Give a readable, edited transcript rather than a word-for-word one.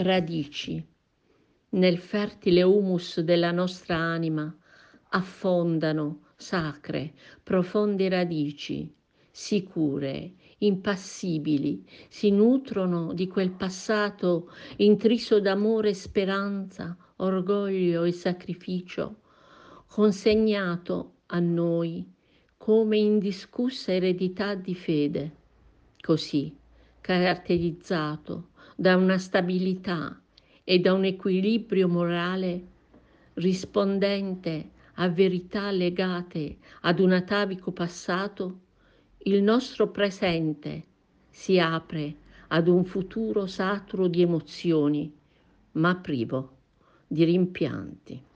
Radici. Nel fertile humus della nostra anima affondano sacre, profonde radici, sicure, impassibili, si nutrono di quel passato intriso d'amore e speranza, orgoglio e sacrificio, consegnato a noi come indiscussa eredità di fede, così caratterizzato da una stabilità e da un equilibrio morale rispondente a verità legate ad un atavico passato, il nostro presente si apre ad un futuro saturo di emozioni, ma privo di rimpianti.